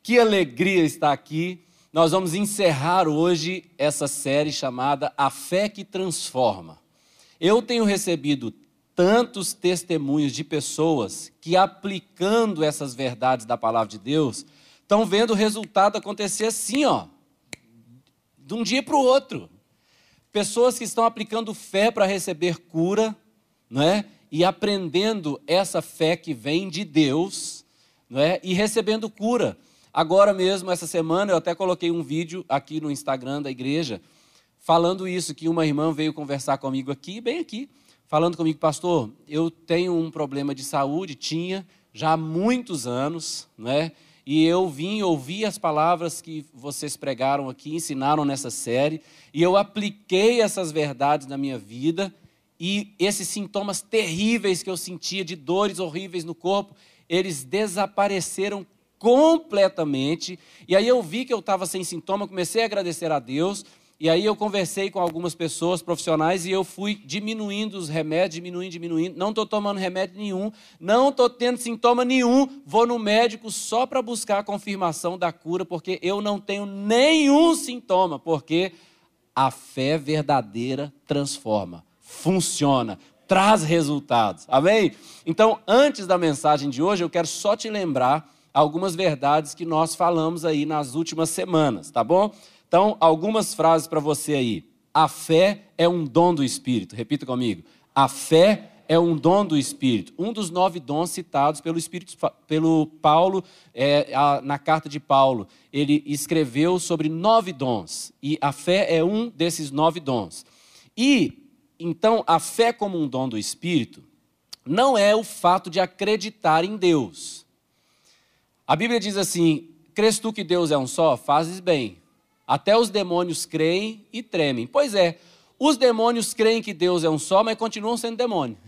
Que alegria estar aqui. Nós vamos encerrar hoje essa série chamada A Fé que Transforma. Eu tenho recebido tantos testemunhos de pessoas que, aplicando essas verdades da palavra de Deus, estão vendo o resultado acontecer assim, de um dia para o outro. Pessoas que estão aplicando fé para receber cura, não é? E aprendendo essa fé que vem de Deus, não é? E recebendo cura. Agora mesmo, essa semana, eu até coloquei um vídeo aqui no Instagram da igreja, falando isso, que uma irmã veio conversar comigo aqui, bem aqui, falando comigo, pastor, eu tenho um problema de saúde, tinha já há muitos anos, né? E eu vim ouvir as palavras que vocês pregaram aqui, ensinaram nessa série, e eu apliquei essas verdades na minha vida, e esses sintomas terríveis que eu sentia, de dores horríveis no corpo, eles desapareceram completamente. E aí eu vi que eu estava sem sintoma, comecei a agradecer a Deus, e aí eu conversei com algumas pessoas profissionais e eu fui diminuindo os remédios, diminuindo, não estou tomando remédio nenhum, não estou tendo sintoma nenhum, vou no médico só para buscar a confirmação da cura, porque eu não tenho nenhum sintoma, porque a fé verdadeira transforma, funciona, traz resultados, amém? Então, antes da mensagem de hoje, eu quero só te lembrar algumas verdades que nós falamos aí nas últimas semanas, tá bom? Então, algumas frases para você aí. A fé é um dom do Espírito. Repita comigo. A fé é um dom do Espírito. Um dos 9 dons citados pelo Paulo, na carta de Paulo. Ele escreveu sobre 9 dons. E a fé é um desses 9 dons. E, então, a fé como um dom do Espírito não é o fato de acreditar em Deus. A Bíblia diz assim, crês tu que Deus é um só? Fazes bem. Até os demônios creem e tremem. Pois é, os demônios creem que Deus é um só, mas continuam sendo demônio.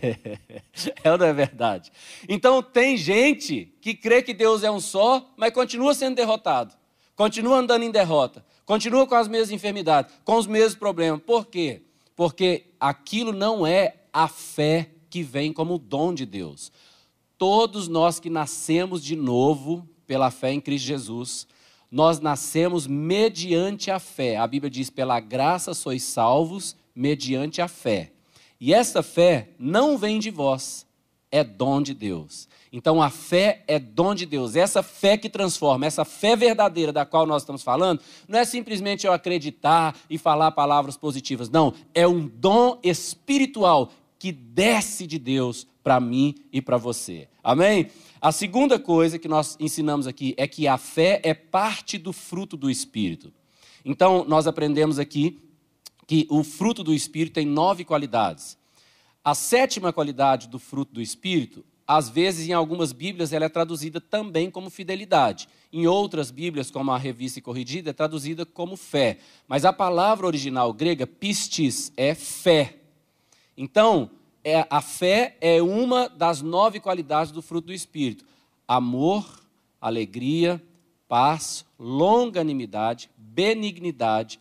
É ou não é verdade? Então tem gente que crê que Deus é um só, mas continua sendo derrotado. Continua andando em derrota. Continua com as mesmas enfermidades, com os mesmos problemas. Por quê? Porque aquilo não é a fé que vem como dom de Deus. Todos nós que nascemos de novo pela fé em Cristo Jesus, nós nascemos mediante a fé. A Bíblia diz, pela graça sois salvos mediante a fé. E essa fé não vem de vós, é dom de Deus. Então a fé é dom de Deus. Essa fé que transforma, essa fé verdadeira da qual nós estamos falando, não é simplesmente eu acreditar e falar palavras positivas. Não, é um dom espiritual que desce de Deus para mim e para você. Amém? A segunda coisa que nós ensinamos aqui é que a fé é parte do fruto do Espírito. Então, nós aprendemos aqui que o fruto do Espírito tem 9 qualidades. A 7ª qualidade do fruto do Espírito, às vezes em algumas Bíblias ela é traduzida também como fidelidade. Em outras Bíblias, como a Revista e Corrigida, é traduzida como fé. Mas a palavra original grega, pistis, é fé. Então, a fé é uma das 9 qualidades do fruto do Espírito. Amor, alegria, paz, longanimidade, benignidade,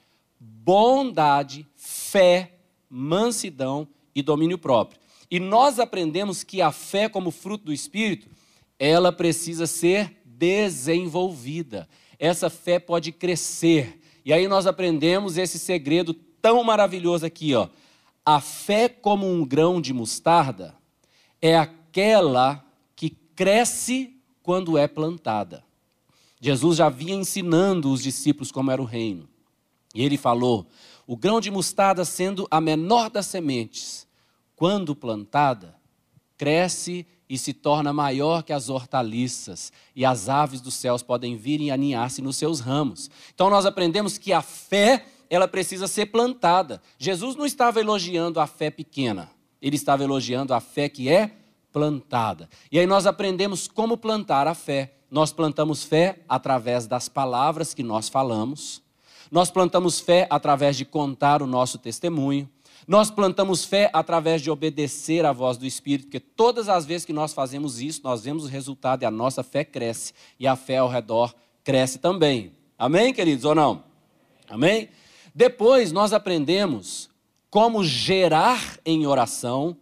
bondade, fé, mansidão e domínio próprio. E nós aprendemos que a fé como fruto do Espírito, ela precisa ser desenvolvida. Essa fé pode crescer. E aí nós aprendemos esse segredo tão maravilhoso aqui, A fé como um grão de mostarda é aquela que cresce quando é plantada. Jesus já vinha ensinando os discípulos como era o reino. E ele falou, o grão de mostarda sendo a menor das sementes, quando plantada, cresce e se torna maior que as hortaliças, e as aves dos céus podem vir e aninhar-se nos seus ramos. Então nós aprendemos que a fé, ela precisa ser plantada. Jesus não estava elogiando a fé pequena, ele estava elogiando a fé que é plantada. E aí nós aprendemos como plantar a fé. Nós plantamos fé através das palavras que nós falamos, nós plantamos fé através de contar o nosso testemunho, nós plantamos fé através de obedecer à voz do Espírito, porque todas as vezes que nós fazemos isso, nós vemos o resultado e a nossa fé cresce, e a fé ao redor cresce também. Amém, queridos, ou não? Amém? Depois nós aprendemos como gerar em oração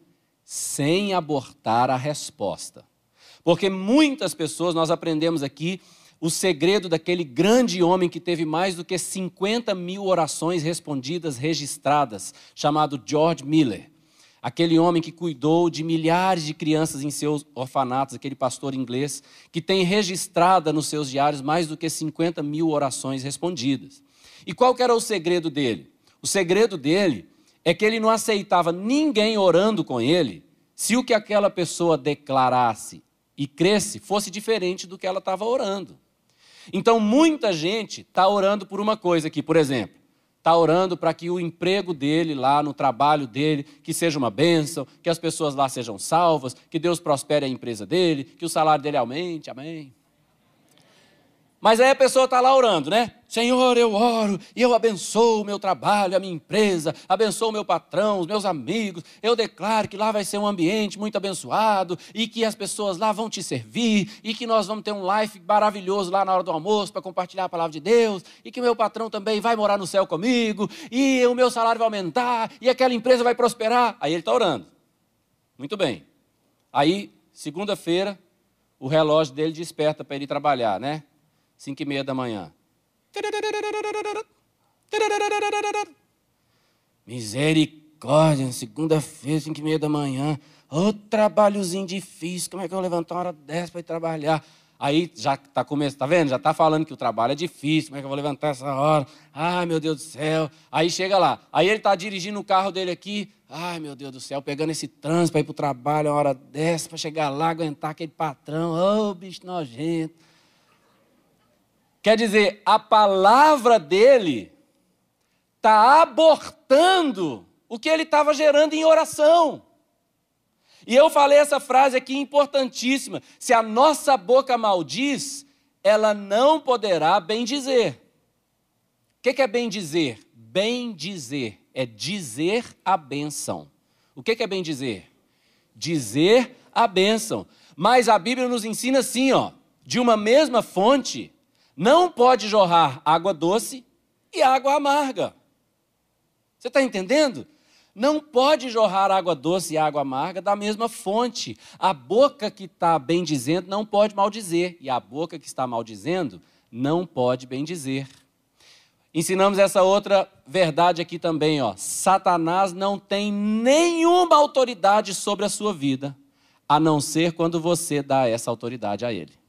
sem abortar a resposta. Porque muitas pessoas, nós aprendemos aqui, o segredo daquele grande homem que teve mais do que 50.000 orações respondidas, registradas, chamado George Miller. Aquele homem que cuidou de milhares de crianças em seus orfanatos, aquele pastor inglês, que tem registrada nos seus diários mais do que 50.000 orações respondidas. E qual que era o segredo dele? O segredo dele é que ele não aceitava ninguém orando com ele se o que aquela pessoa declarasse e cresce fosse diferente do que ela estava orando. Então, muita gente está orando por uma coisa aqui, por exemplo, está orando para que o emprego dele lá no trabalho dele, que seja uma bênção, que as pessoas lá sejam salvas, que Deus prospere a empresa dele, que o salário dele aumente, amém. Mas aí a pessoa está lá orando, né? Senhor, eu oro e eu abençoo o meu trabalho, a minha empresa, abençoo o meu patrão, os meus amigos. Eu declaro que lá vai ser um ambiente muito abençoado e que as pessoas lá vão te servir e que nós vamos ter um life maravilhoso lá na hora do almoço para compartilhar a palavra de Deus e que o meu patrão também vai morar no céu comigo e o meu salário vai aumentar e aquela empresa vai prosperar. Aí ele está orando. Muito bem. Aí, segunda-feira, o relógio dele desperta para ele trabalhar, né? 5:30 da manhã. Misericórdia, segunda-feira, 5:30 da manhã. Ô, trabalhozinho difícil, como é que eu vou levantar uma hora dessa para ir trabalhar? Aí já está começando, tá vendo? Já está falando que o trabalho é difícil, como é que eu vou levantar essa hora? Ai, meu Deus do céu. Aí chega lá, aí ele está dirigindo o carro dele aqui. Ai, meu Deus do céu, pegando esse trânsito para ir para o trabalho uma hora dessa, para chegar lá, aguentar aquele patrão. Ô, bicho nojento. Quer dizer, a palavra dele está abortando o que ele estava gerando em oração. E eu falei essa frase aqui importantíssima. Se a nossa boca maldiz, ela não poderá bendizer. O que é bendizer? Bendizer é dizer a bênção. O que é bendizer? Dizer a bênção. Mas a Bíblia nos ensina assim, ó, de uma mesma fonte, não pode jorrar água doce e água amarga. Você está entendendo? Não pode jorrar água doce e água amarga da mesma fonte. A boca que está bendizendo não pode maldizer. E a boca que está maldizendo não pode bendizer. Ensinamos essa outra verdade aqui também, ó. Satanás não tem nenhuma autoridade sobre a sua vida, a não ser quando você dá essa autoridade a ele.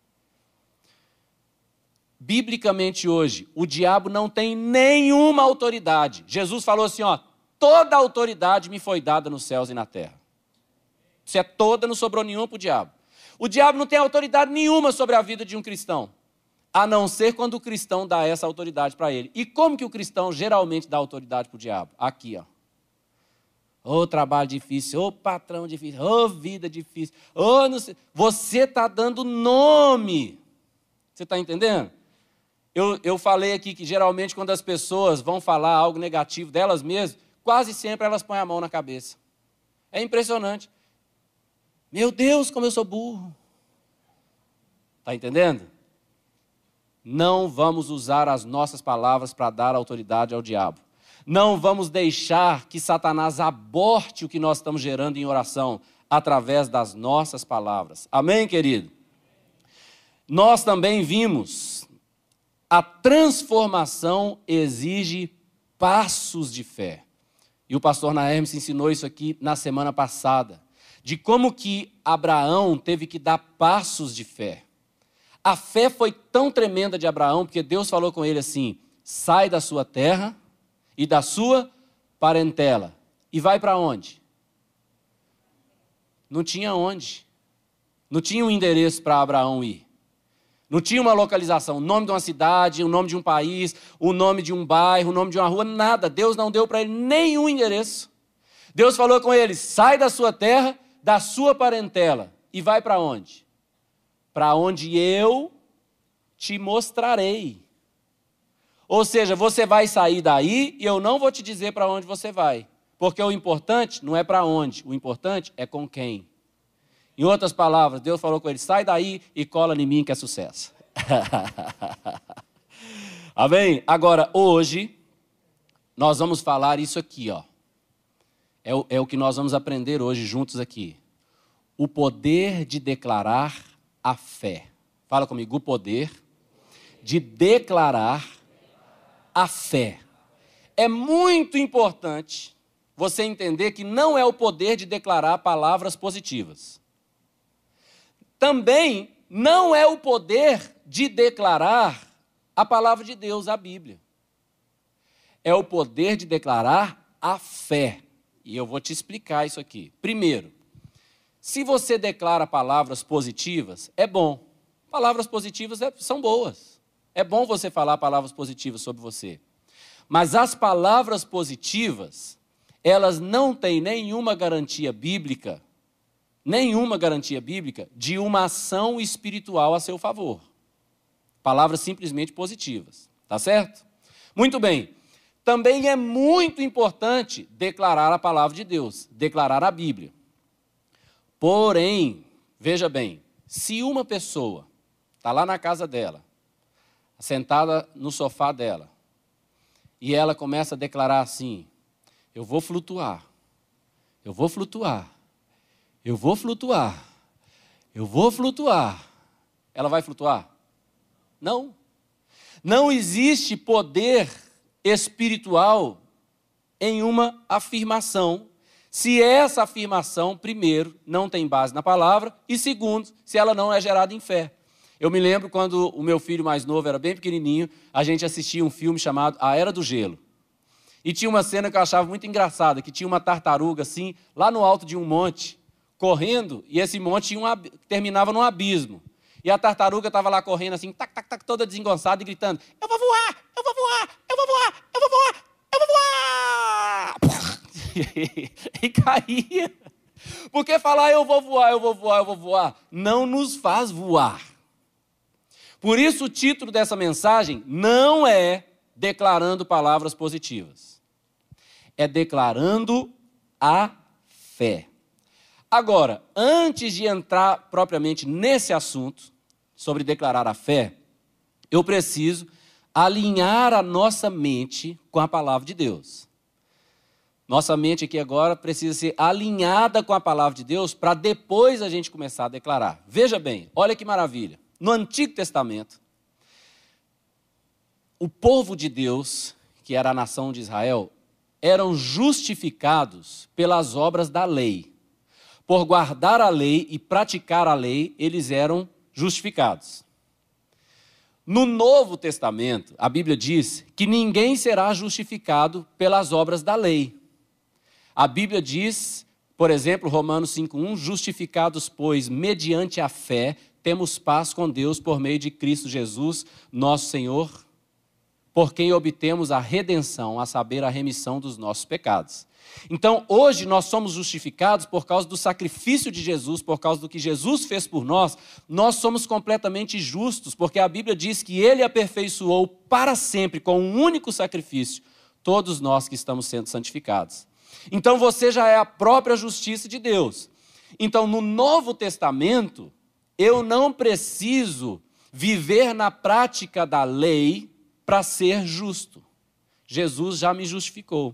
Biblicamente hoje, o diabo não tem nenhuma autoridade. Jesus falou assim, ó, toda autoridade me foi dada nos céus e na terra. Se é toda, não sobrou nenhuma para o diabo. O diabo não tem autoridade nenhuma sobre a vida de um cristão, a não ser quando o cristão dá essa autoridade para ele. E como que o cristão geralmente dá autoridade para o diabo? Aqui, ó. Ô trabalho difícil, ô patrão difícil, ô vida difícil, ô não sei. Você está dando nome. Você está entendendo? Eu falei aqui que geralmente quando as pessoas vão falar algo negativo delas mesmas, quase sempre elas põem a mão na cabeça. É impressionante. Meu Deus, como eu sou burro. Está entendendo? Não vamos usar as nossas palavras para dar autoridade ao diabo. Não vamos deixar que Satanás aborte o que nós estamos gerando em oração através das nossas palavras. Amém, querido? Nós também vimos, a transformação exige passos de fé. E o pastor Nahermes ensinou isso aqui na semana passada, de como que Abraão teve que dar passos de fé. A fé foi tão tremenda de Abraão, porque Deus falou com ele assim, sai da sua terra e da sua parentela. E vai para onde? Não tinha onde. Não tinha um endereço para Abraão ir. Não tinha uma localização, o nome de uma cidade, o nome de um país, o nome de um bairro, o nome de uma rua, nada. Deus não deu para ele nenhum endereço. Deus falou com ele, sai da sua terra, da sua parentela. E vai para onde? Para onde eu te mostrarei. Ou seja, você vai sair daí e eu não vou te dizer para onde você vai. Porque o importante não é para onde, o importante é com quem. Em outras palavras, Deus falou com ele, sai daí e cola em mim que é sucesso. Amém? Agora, hoje, nós vamos falar isso aqui, ó. É o que nós vamos aprender hoje juntos aqui. O poder de declarar a fé. Fala comigo, o poder de declarar a fé. É muito importante você entender que não é o poder de declarar palavras positivas. Também não é o poder de declarar a palavra de Deus, a Bíblia. É o poder de declarar a fé. E eu vou te explicar isso aqui. Primeiro, se você declara palavras positivas, é bom. Palavras positivas são boas. É bom você falar palavras positivas sobre você. Mas as palavras positivas, elas não têm nenhuma garantia bíblica de uma ação espiritual a seu favor. Palavras simplesmente positivas, tá certo? Muito bem. Também é muito importante declarar a palavra de Deus, declarar a Bíblia. Porém, veja bem, se uma pessoa está lá na casa dela, sentada no sofá dela, e ela começa a declarar assim: eu vou flutuar, eu vou flutuar, eu vou flutuar, eu vou flutuar. Ela vai flutuar? Não. Não existe poder espiritual em uma afirmação, se essa afirmação, primeiro, não tem base na palavra, e segundo, se ela não é gerada em fé. Eu me lembro quando o meu filho mais novo era bem pequenininho, a gente assistia um filme chamado A Era do Gelo. E tinha uma cena que eu achava muito engraçada, que tinha uma tartaruga assim, lá no alto de um monte, correndo, e esse monte terminava num abismo. E a tartaruga estava lá correndo assim, tac, tac, tac, toda desengonçada e gritando: eu vou voar, eu vou voar, eu vou voar, eu vou voar, eu vou voar. E caía. Porque falar eu vou voar, eu vou voar, eu vou voar, não nos faz voar. Por isso o título dessa mensagem não é declarando palavras positivas. É declarando a fé. Agora, antes de entrar propriamente nesse assunto, sobre declarar a fé, eu preciso alinhar a nossa mente com a palavra de Deus. Nossa mente aqui agora precisa ser alinhada com a palavra de Deus para depois a gente começar a declarar. Veja bem, olha que maravilha. No Antigo Testamento, o povo de Deus, que era a nação de Israel, eram justificados pelas obras da lei. Por guardar a lei e praticar a lei, eles eram justificados. No Novo Testamento, a Bíblia diz que ninguém será justificado pelas obras da lei. A Bíblia diz, por exemplo, Romanos 5:1, justificados, pois, mediante a fé, temos paz com Deus por meio de Cristo Jesus, nosso Senhor, por quem obtemos a redenção, a saber, a remissão dos nossos pecados. Então, hoje nós somos justificados por causa do sacrifício de Jesus, por causa do que Jesus fez por nós, nós somos completamente justos, porque a Bíblia diz que Ele aperfeiçoou para sempre, com um único sacrifício, todos nós que estamos sendo santificados. Então, você já é a própria justiça de Deus. Então, no Novo Testamento, eu não preciso viver na prática da lei para ser justo. Jesus já me justificou.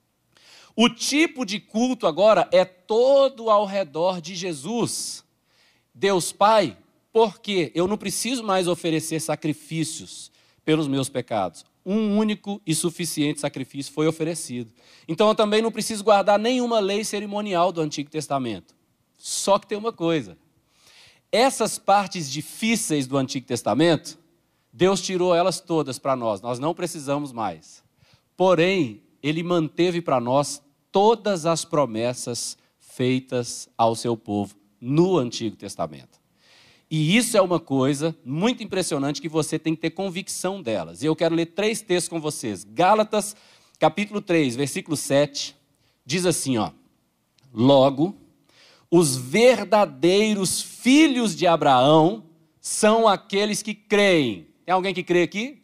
O tipo de culto agora é todo ao redor de Jesus. Deus Pai, porque eu não preciso mais oferecer sacrifícios pelos meus pecados. Um único e suficiente sacrifício foi oferecido. Então eu também não preciso guardar nenhuma lei cerimonial do Antigo Testamento. Só que tem uma coisa. Essas partes difíceis do Antigo Testamento, Deus tirou elas todas para nós. Nós não precisamos mais. Porém, Ele manteve para nós todas as promessas feitas ao seu povo no Antigo Testamento. E isso é uma coisa muito impressionante que você tem que ter convicção delas. E eu quero ler 3 textos com vocês. Gálatas, capítulo 3, versículo 7, diz assim, ó: logo, os verdadeiros filhos de Abraão são aqueles que creem. Tem alguém que crê aqui?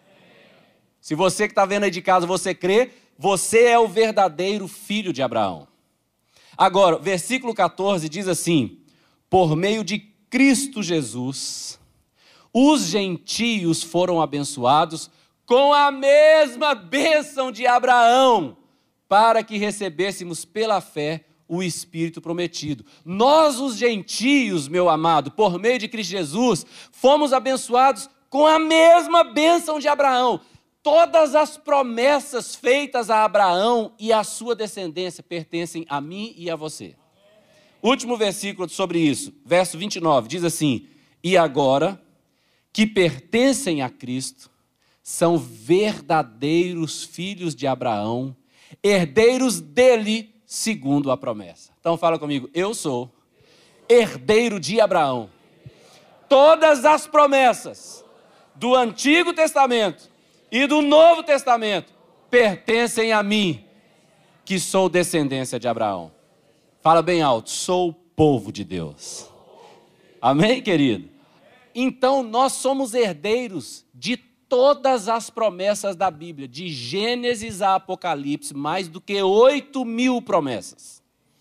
Se você que está vendo aí de casa, você crê, você é o verdadeiro filho de Abraão. Agora, versículo 14 diz assim: por meio de Cristo Jesus, os gentios foram abençoados com a mesma bênção de Abraão, para que recebêssemos pela fé o Espírito prometido. Nós, os gentios, meu amado, por meio de Cristo Jesus, fomos abençoados com a mesma bênção de Abraão. Todas as promessas feitas a Abraão e à sua descendência pertencem a mim e a você. Último versículo sobre isso, verso 29, diz assim: e agora que pertencem a Cristo, são verdadeiros filhos de Abraão, herdeiros dele segundo a promessa. Então fala comigo, eu sou herdeiro de Abraão. Todas as promessas do Antigo Testamento e do Novo Testamento pertencem a mim, que sou descendência de Abraão. Fala bem alto, sou o povo de Deus. Amém, querido? Então nós somos herdeiros de todas as promessas da Bíblia, de Gênesis a Apocalipse, mais do que 8.000 promessas.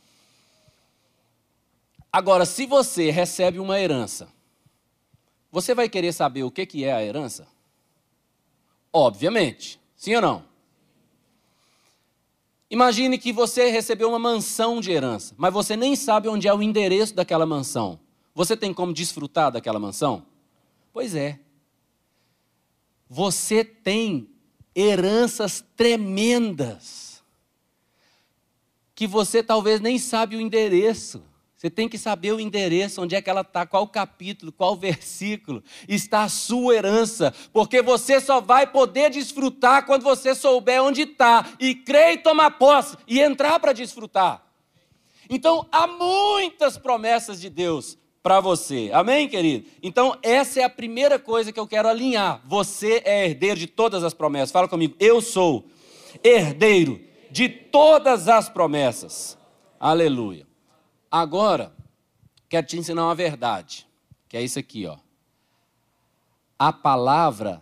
Agora, se você recebe uma herança, você vai querer saber o que é a herança? Obviamente, sim ou não? Imagine que você recebeu uma mansão de herança, mas você nem sabe onde é o endereço daquela mansão. Você tem como desfrutar daquela mansão? Pois é. Você tem heranças tremendas, que você talvez nem sabe o endereço. Você tem que saber o endereço, onde é que ela está, qual capítulo, qual versículo está a sua herança, porque você só vai poder desfrutar quando você souber onde está, e crer e tomar posse, e entrar para desfrutar. Então, há muitas promessas de Deus para você, amém, querido? Então, essa é a primeira coisa que eu quero alinhar. Você é herdeiro de todas as promessas. Fala comigo, eu sou herdeiro de todas as promessas. Aleluia. Agora, quero te ensinar uma verdade, que é isso aqui, ó. A palavra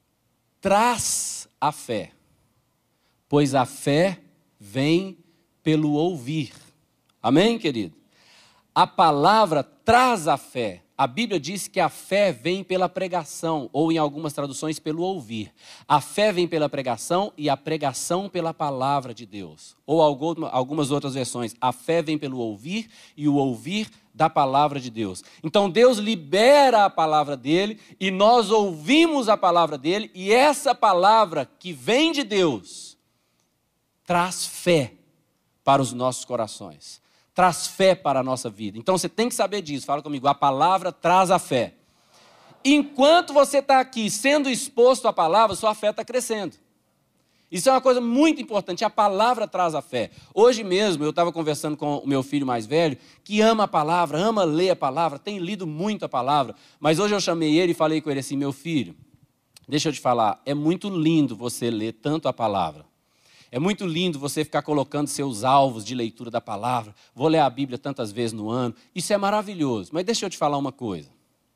traz a fé, pois a fé vem pelo ouvir. Amém, querido? A palavra traz a fé. A Bíblia diz que a fé vem pela pregação, ou em algumas traduções, pelo ouvir. A fé vem pela pregação e a pregação pela palavra de Deus. Ou algumas outras versões, a fé vem pelo ouvir e o ouvir da palavra de Deus. Então Deus libera a palavra dele e nós ouvimos a palavra dele, e essa palavra que vem de Deus traz fé para os nossos corações. Traz fé para a nossa vida. Então você tem que saber disso. Fala comigo, a palavra traz a fé. Enquanto você está aqui sendo exposto à palavra, sua fé está crescendo. Isso é uma coisa muito importante, a palavra traz a fé. Hoje mesmo eu estava conversando com o meu filho mais velho, que ama a palavra, ama ler a palavra, tem lido muito a palavra. Mas hoje eu chamei ele e falei com ele assim, meu filho, deixa eu te falar, é muito lindo você ler tanto a palavra. É muito lindo você ficar colocando seus alvos de leitura da palavra. Vou ler a Bíblia tantas vezes no ano. Isso é maravilhoso. Mas deixa eu te falar uma coisa.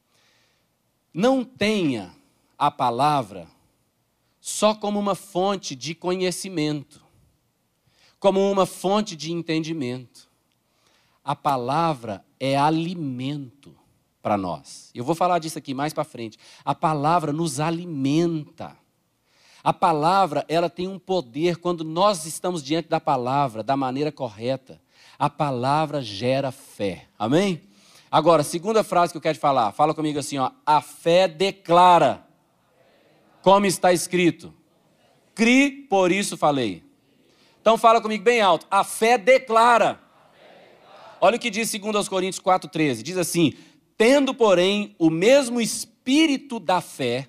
Não tenha a palavra só como uma fonte de conhecimento, como uma fonte de entendimento. A palavra é alimento para nós. Eu vou falar disso aqui mais para frente. A palavra nos alimenta. A palavra, ela tem um poder quando nós estamos diante da palavra, da maneira correta. A palavra gera fé. Amém? Agora, segunda frase que eu quero te falar. Fala comigo assim, ó. A fé declara. Como está escrito. Cri, por isso falei. Então fala comigo bem alto. A fé declara. Olha o que diz 2 Coríntios 4,13. Diz assim, tendo, porém, o mesmo espírito da fé,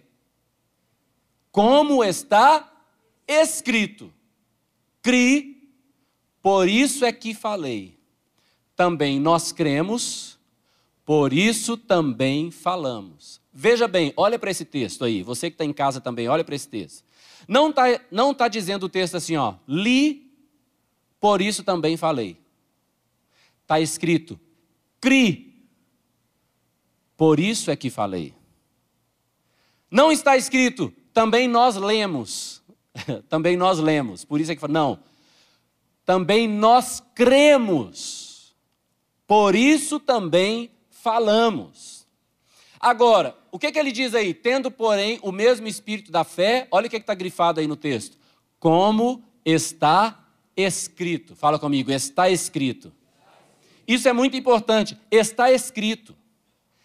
como está escrito, cri, por isso é que falei. Também nós cremos, por isso também falamos. Veja bem, olha para esse texto aí, você que está em casa também, olha para esse texto. Não tá dizendo o texto assim, ó, li, por isso também falei. Está escrito, cri, por isso é que falei. Não está escrito, também nós lemos. Também nós lemos. Por isso é que fala, não. Também nós cremos. Por isso também falamos. Agora, o que ele diz aí? Tendo, porém, o mesmo espírito da fé, olha o que está grifado aí no texto. Como está escrito. Fala comigo, está escrito. Isso é muito importante. Está escrito.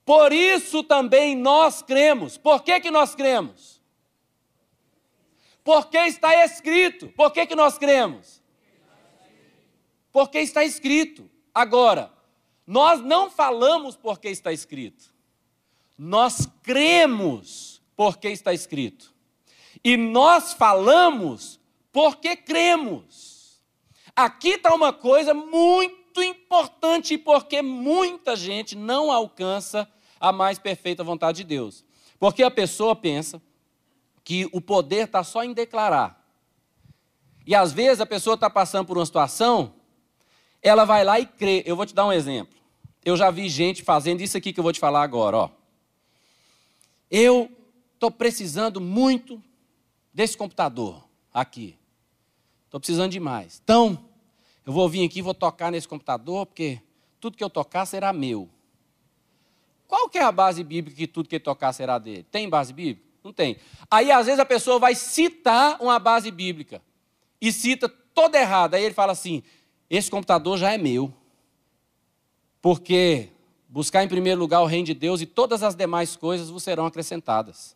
Por isso também nós cremos. Por que que nós cremos? Porque está escrito. Por que que nós cremos? Porque está escrito. Agora, nós não falamos porque está escrito. Nós cremos porque está escrito. E nós falamos porque cremos. Aqui está uma coisa muito importante, porque muita gente não alcança a mais perfeita vontade de Deus. Porque a pessoa pensa que o poder está só em declarar. E às vezes a pessoa está passando por uma situação, ela vai lá e crê. Eu vou te dar um exemplo. Eu já vi gente fazendo isso aqui que eu vou te falar agora. Ó. Eu estou precisando muito desse computador aqui. Estou precisando demais. Então, eu vou vir aqui e vou tocar nesse computador, porque tudo que eu tocar será meu. Qual que é a base bíblica que tudo que ele tocar será dele? Tem base bíblica? Não tem. Aí, às vezes, a pessoa vai citar uma base bíblica e cita toda errada. Aí ele fala assim, esse computador já é meu. Porque buscar em primeiro lugar o reino de Deus e todas as demais coisas vos serão acrescentadas.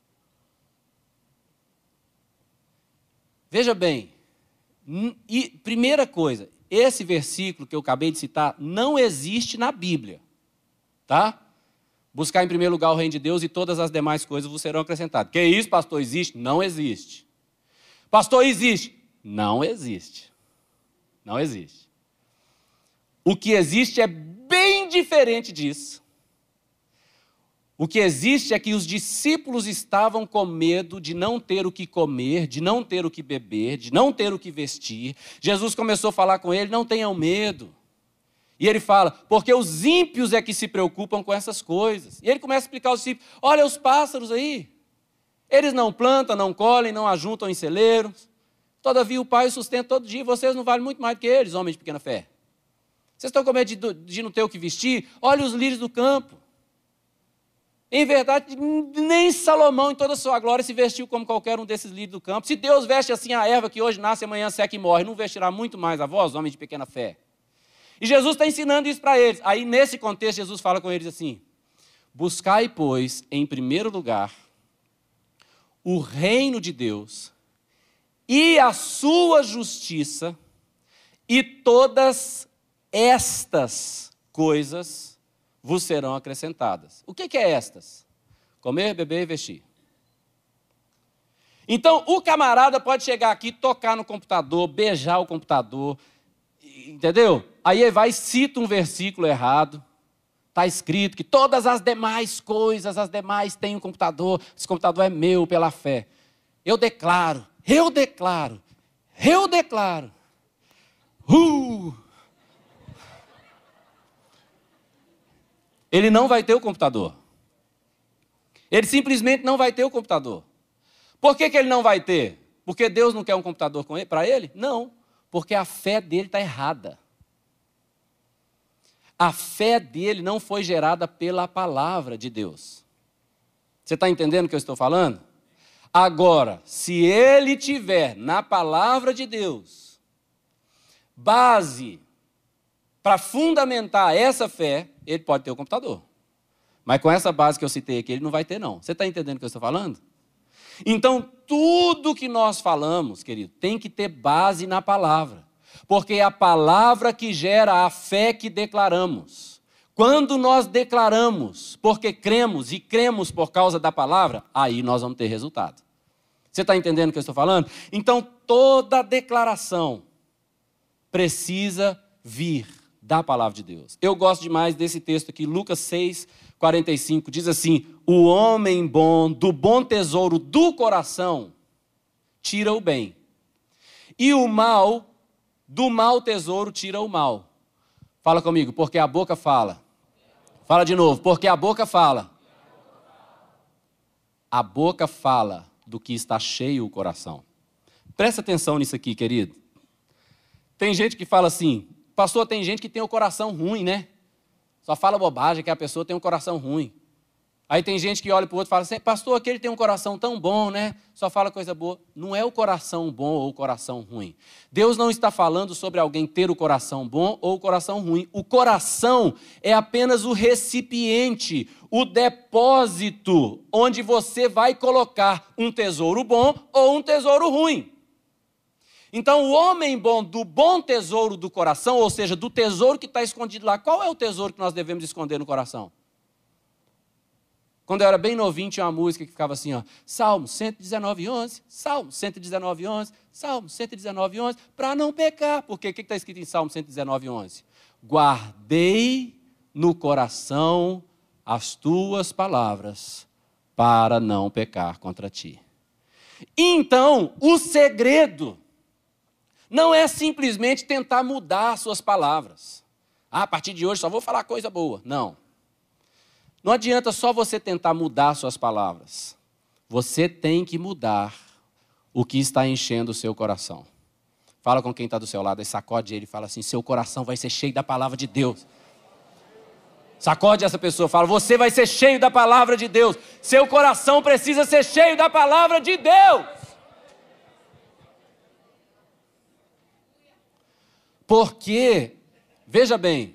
Veja bem, e primeira coisa, esse versículo que eu acabei de citar não existe na Bíblia, tá? Buscar em primeiro lugar o reino de Deus e todas as demais coisas vos serão acrescentadas. Que isso, pastor, existe? Não existe. Pastor, existe? Não existe. Não existe. O que existe é bem diferente disso. O que existe é que os discípulos estavam com medo de não ter o que comer, de não ter o que beber, de não ter o que vestir. Jesus começou a falar com ele, não tenham medo. E ele fala, porque os ímpios é que se preocupam com essas coisas. E ele começa a explicar aos discípulos, olha os pássaros aí. Eles não plantam, não colhem, não ajuntam em celeiros. Todavia o Pai os sustenta todo dia. Vocês não valem muito mais do que eles, homens de pequena fé. Vocês estão com medo de não ter o que vestir? Olha os lírios do campo. Em verdade, nem Salomão, em toda a sua glória, se vestiu como qualquer um desses lírios do campo. Se Deus veste assim a erva que hoje nasce, amanhã seca e morre, não vestirá muito mais a vós, homens de pequena fé? E Jesus está ensinando isso para eles. Aí, nesse contexto, Jesus fala com eles assim, buscai, pois, em primeiro lugar, o reino de Deus e a sua justiça, e todas estas coisas vos serão acrescentadas. O que é estas? Comer, beber e vestir. Então, o camarada pode chegar aqui, tocar no computador, beijar o computador, entendeu? Aí ele vai e cita um versículo errado. Está escrito que todas as demais coisas, as demais têm um computador. Esse computador é meu pela fé. Eu declaro. Ele não vai ter o computador. Ele simplesmente não vai ter o computador. Por que ele não vai ter? Porque Deus não quer um computador para ele? Não, porque a fé dele está errada. A fé dele não foi gerada pela palavra de Deus. Você está entendendo o que eu estou falando? Agora, se ele tiver na palavra de Deus base para fundamentar essa fé, ele pode ter o computador. Mas com essa base que eu citei aqui, ele não vai ter, não. Você está entendendo o que eu estou falando? Então, tudo que nós falamos, querido, tem que ter base na palavra. Porque é a palavra que gera a fé que declaramos. Quando nós declaramos, porque cremos e cremos por causa da palavra, aí nós vamos ter resultado. Você está entendendo o que eu estou falando? Então, toda declaração precisa vir da palavra de Deus. Eu gosto demais desse texto aqui, Lucas 6:45, diz assim, o homem bom, do bom tesouro do coração, tira o bem. E o mal, do mau tesouro, tira o mal. Fala comigo, porque a boca fala. Fala de novo, porque a boca fala. A boca fala do que está cheio o coração. Presta atenção nisso aqui, querido. Tem gente que fala assim, pastor, tem gente que tem o coração ruim, né? Só fala bobagem que a pessoa tem um coração ruim. Aí tem gente que olha para o outro e fala assim, pastor, aquele tem um coração tão bom, né? Só fala coisa boa. Não é o coração bom ou o coração ruim. Deus não está falando sobre alguém ter o coração bom ou o coração ruim. O coração é apenas o recipiente, o depósito, onde você vai colocar um tesouro bom ou um tesouro ruim. Então, o homem bom, do bom tesouro do coração, ou seja, do tesouro que está escondido lá, qual é o tesouro que nós devemos esconder no coração? Quando eu era bem novinho, tinha uma música que ficava assim, ó, Salmo 119:11, Salmo 119:11, Salmo 119:11, para não pecar. Porque o que está escrito em Salmo 119:11? Guardei no coração as tuas palavras, para não pecar contra ti. Então, o segredo não é simplesmente tentar mudar as suas palavras. Ah, a partir de hoje só vou falar coisa boa. Não. Não adianta só você tentar mudar suas palavras. Você tem que mudar o que está enchendo o seu coração. Fala com quem está do seu lado e sacode ele e fala assim, seu coração vai ser cheio da palavra de Deus. Sacode essa pessoa, fala, você vai ser cheio da palavra de Deus. Seu coração precisa ser cheio da palavra de Deus. Porque, veja bem,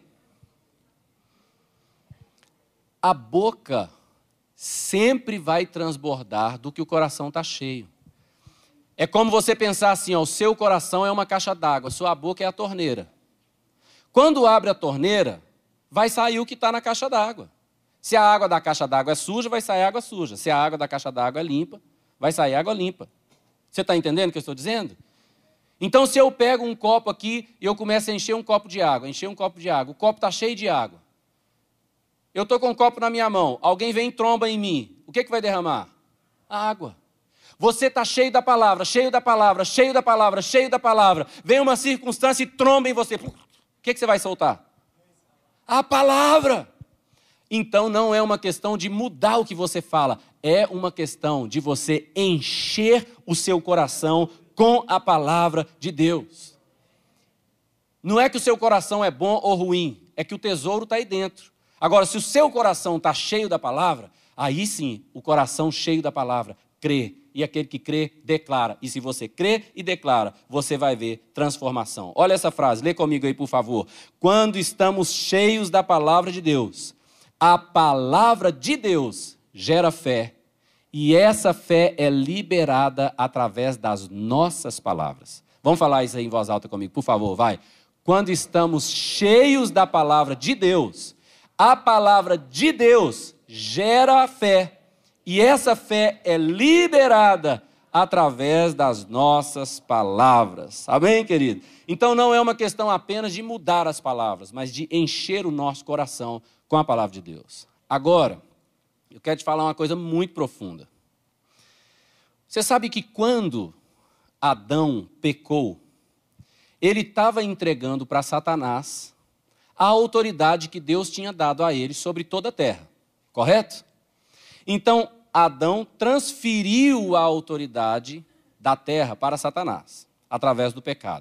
a boca sempre vai transbordar do que o coração está cheio. É como você pensar assim, ó, o seu coração é uma caixa d'água, sua boca é a torneira. Quando abre a torneira, vai sair o que está na caixa d'água. Se a água da caixa d'água é suja, vai sair água suja. Se a água da caixa d'água é limpa, vai sair água limpa. Você está entendendo o que eu estou dizendo? Então, se eu pego um copo aqui e eu começo a encher um copo de água, o copo está cheio de água. Eu estou com um copo na minha mão, alguém vem e tromba em mim. O que vai derramar? A água. Você está cheio da palavra, cheio da palavra, cheio da palavra, cheio da palavra. Vem uma circunstância e tromba em você. O que você vai soltar? A palavra. Então não é uma questão de mudar o que você fala, é uma questão de você encher o seu coração com a palavra de Deus. Não é que o seu coração é bom ou ruim, é que o tesouro está aí dentro. Agora, se o seu coração está cheio da palavra, aí sim, o coração cheio da palavra crê. E aquele que crê, declara. E se você crê e declara, você vai ver transformação. Olha essa frase, lê comigo aí, por favor. Quando estamos cheios da palavra de Deus, a palavra de Deus gera fé. E essa fé é liberada através das nossas palavras. Vamos falar isso aí em voz alta comigo, por favor, vai. Quando estamos cheios da palavra de Deus, a palavra de Deus gera fé. E essa fé é liberada através das nossas palavras. Amém, querido? Então não é uma questão apenas de mudar as palavras, mas de encher o nosso coração com a palavra de Deus. Agora, eu quero te falar uma coisa muito profunda. Você sabe que quando Adão pecou, ele estava entregando para Satanás a autoridade que Deus tinha dado a ele sobre toda a terra. Correto? Então, Adão transferiu a autoridade da terra para Satanás, através do pecado.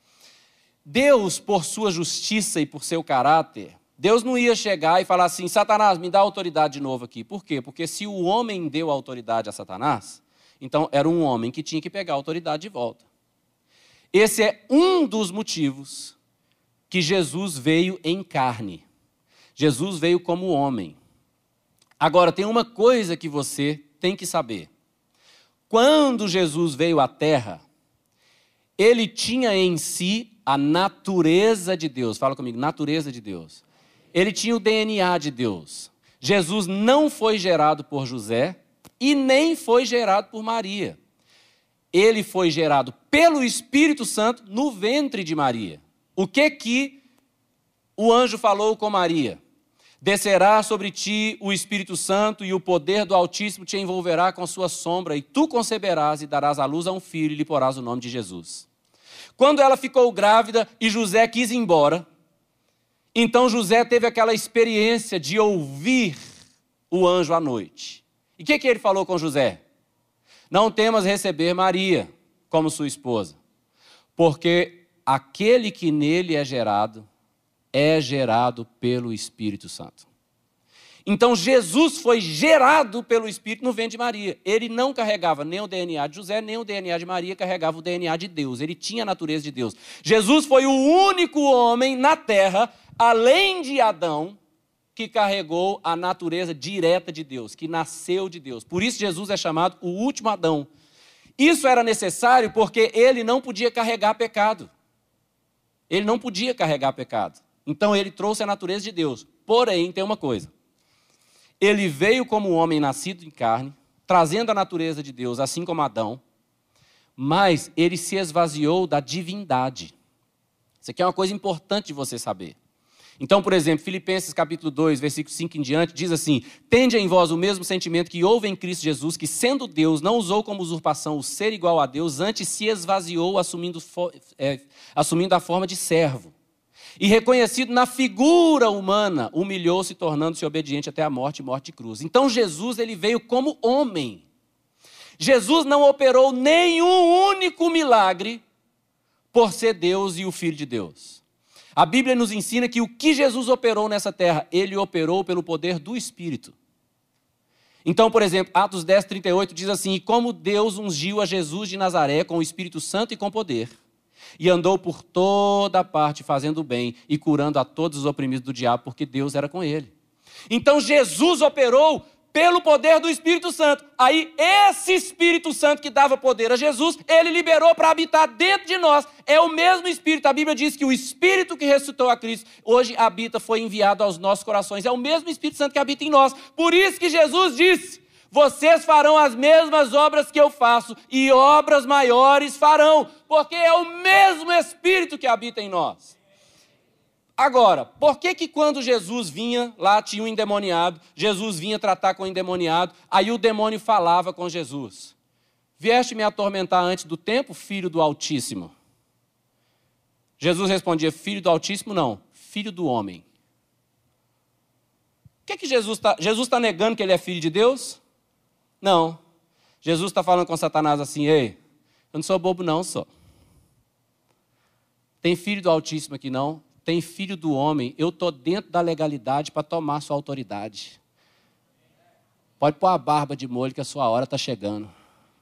Deus, por sua justiça e por seu caráter, Deus não ia chegar e falar assim, Satanás, me dá autoridade de novo aqui. Por quê? Porque se o homem deu autoridade a Satanás, então era um homem que tinha que pegar a autoridade de volta. Esse é um dos motivos que Jesus veio em carne. Jesus veio como homem. Agora, tem uma coisa que você tem que saber. Quando Jesus veio à terra, ele tinha em si a natureza de Deus. Fala comigo, natureza de Deus. Ele tinha o DNA de Deus. Jesus não foi gerado por José e nem foi gerado por Maria. Ele foi gerado pelo Espírito Santo no ventre de Maria. O que o anjo falou com Maria? Descerá sobre ti o Espírito Santo e o poder do Altíssimo te envolverá com sua sombra e tu conceberás e darás à luz a um filho e lhe porás o nome de Jesus. Quando ela ficou grávida e José quis ir embora, então José teve aquela experiência de ouvir o anjo à noite. E o que ele falou com José? Não temas receber Maria como sua esposa, porque aquele que nele é gerado pelo Espírito Santo. Então Jesus foi gerado pelo Espírito no ventre de Maria. Ele não carregava nem o DNA de José, nem o DNA de Maria, carregava o DNA de Deus. Ele tinha a natureza de Deus. Jesus foi o único homem na terra, além de Adão, que carregou a natureza direta de Deus, que nasceu de Deus. Por isso Jesus é chamado o último Adão. Isso era necessário porque ele não podia carregar pecado. Ele não podia carregar pecado. Então ele trouxe a natureza de Deus. Porém, tem uma coisa. Ele veio como um homem nascido em carne, trazendo a natureza de Deus, assim como Adão, mas ele se esvaziou da divindade. Isso aqui é uma coisa importante de você saber. Então, por exemplo, Filipenses capítulo 2, versículo 5 em diante, diz assim: tende em vós o mesmo sentimento que houve em Cristo Jesus, que sendo Deus, não usou como usurpação o ser igual a Deus, antes se esvaziou, assumindo a forma de servo. E reconhecido na figura humana, humilhou-se, tornando-se obediente até a morte e morte de cruz. Então Jesus, ele veio como homem. Jesus não operou nenhum único milagre por ser Deus e o Filho de Deus. A Bíblia nos ensina que o que Jesus operou nessa terra, ele operou pelo poder do Espírito. Então, por exemplo, Atos 10, 38 diz assim: e como Deus ungiu a Jesus de Nazaré com o Espírito Santo e com poder, e andou por toda parte fazendo bem e curando a todos os oprimidos do diabo, porque Deus era com ele. Então Jesus operou pelo poder do Espírito Santo. Aí esse Espírito Santo que dava poder a Jesus, ele liberou para habitar dentro de nós. É o mesmo Espírito. A Bíblia diz que o Espírito que ressuscitou a Cristo hoje habita, foi enviado aos nossos corações. É o mesmo Espírito Santo que habita em nós. Por isso que Jesus disse: vocês farão as mesmas obras que eu faço, e obras maiores farão, porque é o mesmo Espírito que habita em nós. Agora, por que quando Jesus vinha, lá tinha um endemoniado, Jesus vinha tratar com o endemoniado, aí o demônio falava com Jesus: vieste me atormentar antes do tempo, filho do Altíssimo? Jesus respondia: filho do Altíssimo não, filho do homem. O que Jesus está negando que ele é filho de Deus? Não. Jesus está falando com Satanás assim: ei, eu não sou bobo não, só. Tem filho do Altíssimo aqui não? Tem filho do homem. Eu estou dentro da legalidade para tomar sua autoridade. Pode pôr a barba de molho que a sua hora está chegando.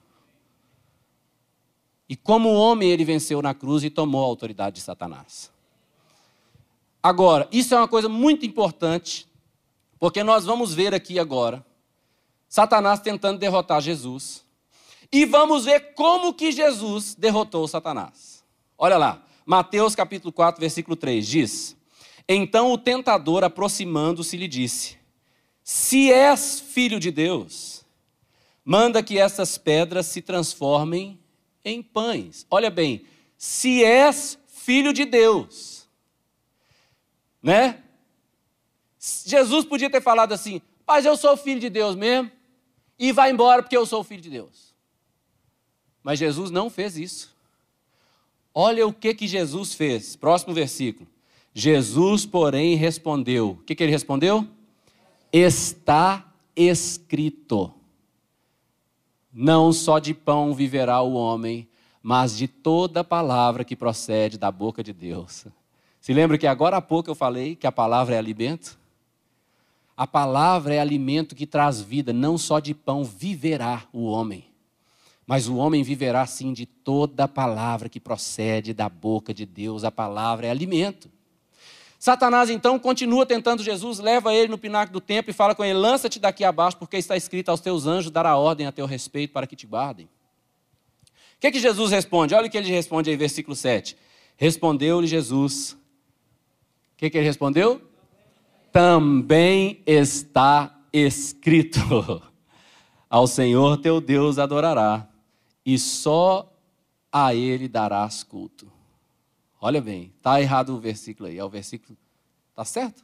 E como homem ele venceu na cruz e tomou a autoridade de Satanás. Agora, isso é uma coisa muito importante, porque nós vamos ver aqui agora Satanás tentando derrotar Jesus. E vamos ver como que Jesus derrotou Satanás. Olha lá, Mateus capítulo 4, versículo 3, diz: então o tentador, aproximando-se, lhe disse: se és filho de Deus, manda que essas pedras se transformem em pães. Olha bem, se és filho de Deus, né? Jesus podia ter falado assim: mas eu sou filho de Deus mesmo, e vai embora porque eu sou filho de Deus. Mas Jesus não fez isso. Olha o que Jesus fez. Próximo versículo. Jesus, porém, respondeu. O que ele respondeu? Está escrito: não só de pão viverá o homem, mas de toda palavra que procede da boca de Deus. Se lembra que agora há pouco eu falei que a palavra é alimento? A palavra é alimento que traz vida. Não só de pão viverá o homem, mas o homem viverá sim de toda palavra que procede da boca de Deus. A palavra é alimento. Satanás então continua tentando Jesus, leva ele no pináculo do templo e fala com ele: lança-te daqui abaixo, porque está escrito: aos teus anjos dará ordem a teu respeito para que te guardem. O que Jesus responde? Olha o que ele responde aí, versículo 7. Respondeu-lhe Jesus. O que ele respondeu? Também está escrito: ao Senhor teu Deus adorará, e só a Ele darás culto. Olha bem, está errado o versículo aí. É o versículo, está certo?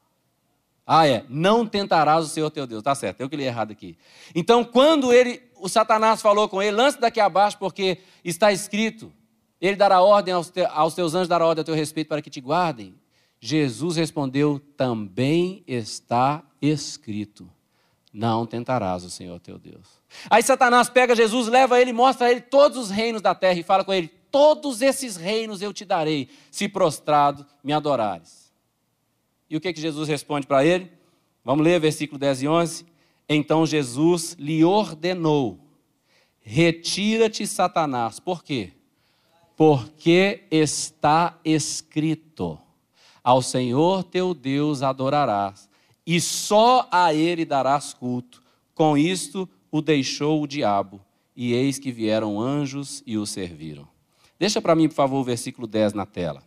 Não tentarás o Senhor teu Deus. Está certo, eu que li errado aqui. Então, quando o Satanás falou com ele: lance daqui abaixo, porque está escrito, ele dará ordem aos teus anjos, dará ordem a teu respeito para que te guardem. Jesus respondeu: também está escrito: não tentarás o Senhor teu Deus. Aí Satanás pega Jesus, leva ele, mostra a ele todos os reinos da terra e fala com ele: todos esses reinos eu te darei, se prostrado me adorares. E o que Jesus responde para ele? Vamos ler versículo 10 e 11? Então Jesus lhe ordenou: retira-te, Satanás. Por quê? Porque está escrito: ao Senhor teu Deus adorarás, e só a ele darás culto. Com isto o deixou o diabo, e eis que vieram anjos e o serviram. Deixa para mim, por favor, o versículo 10 na tela.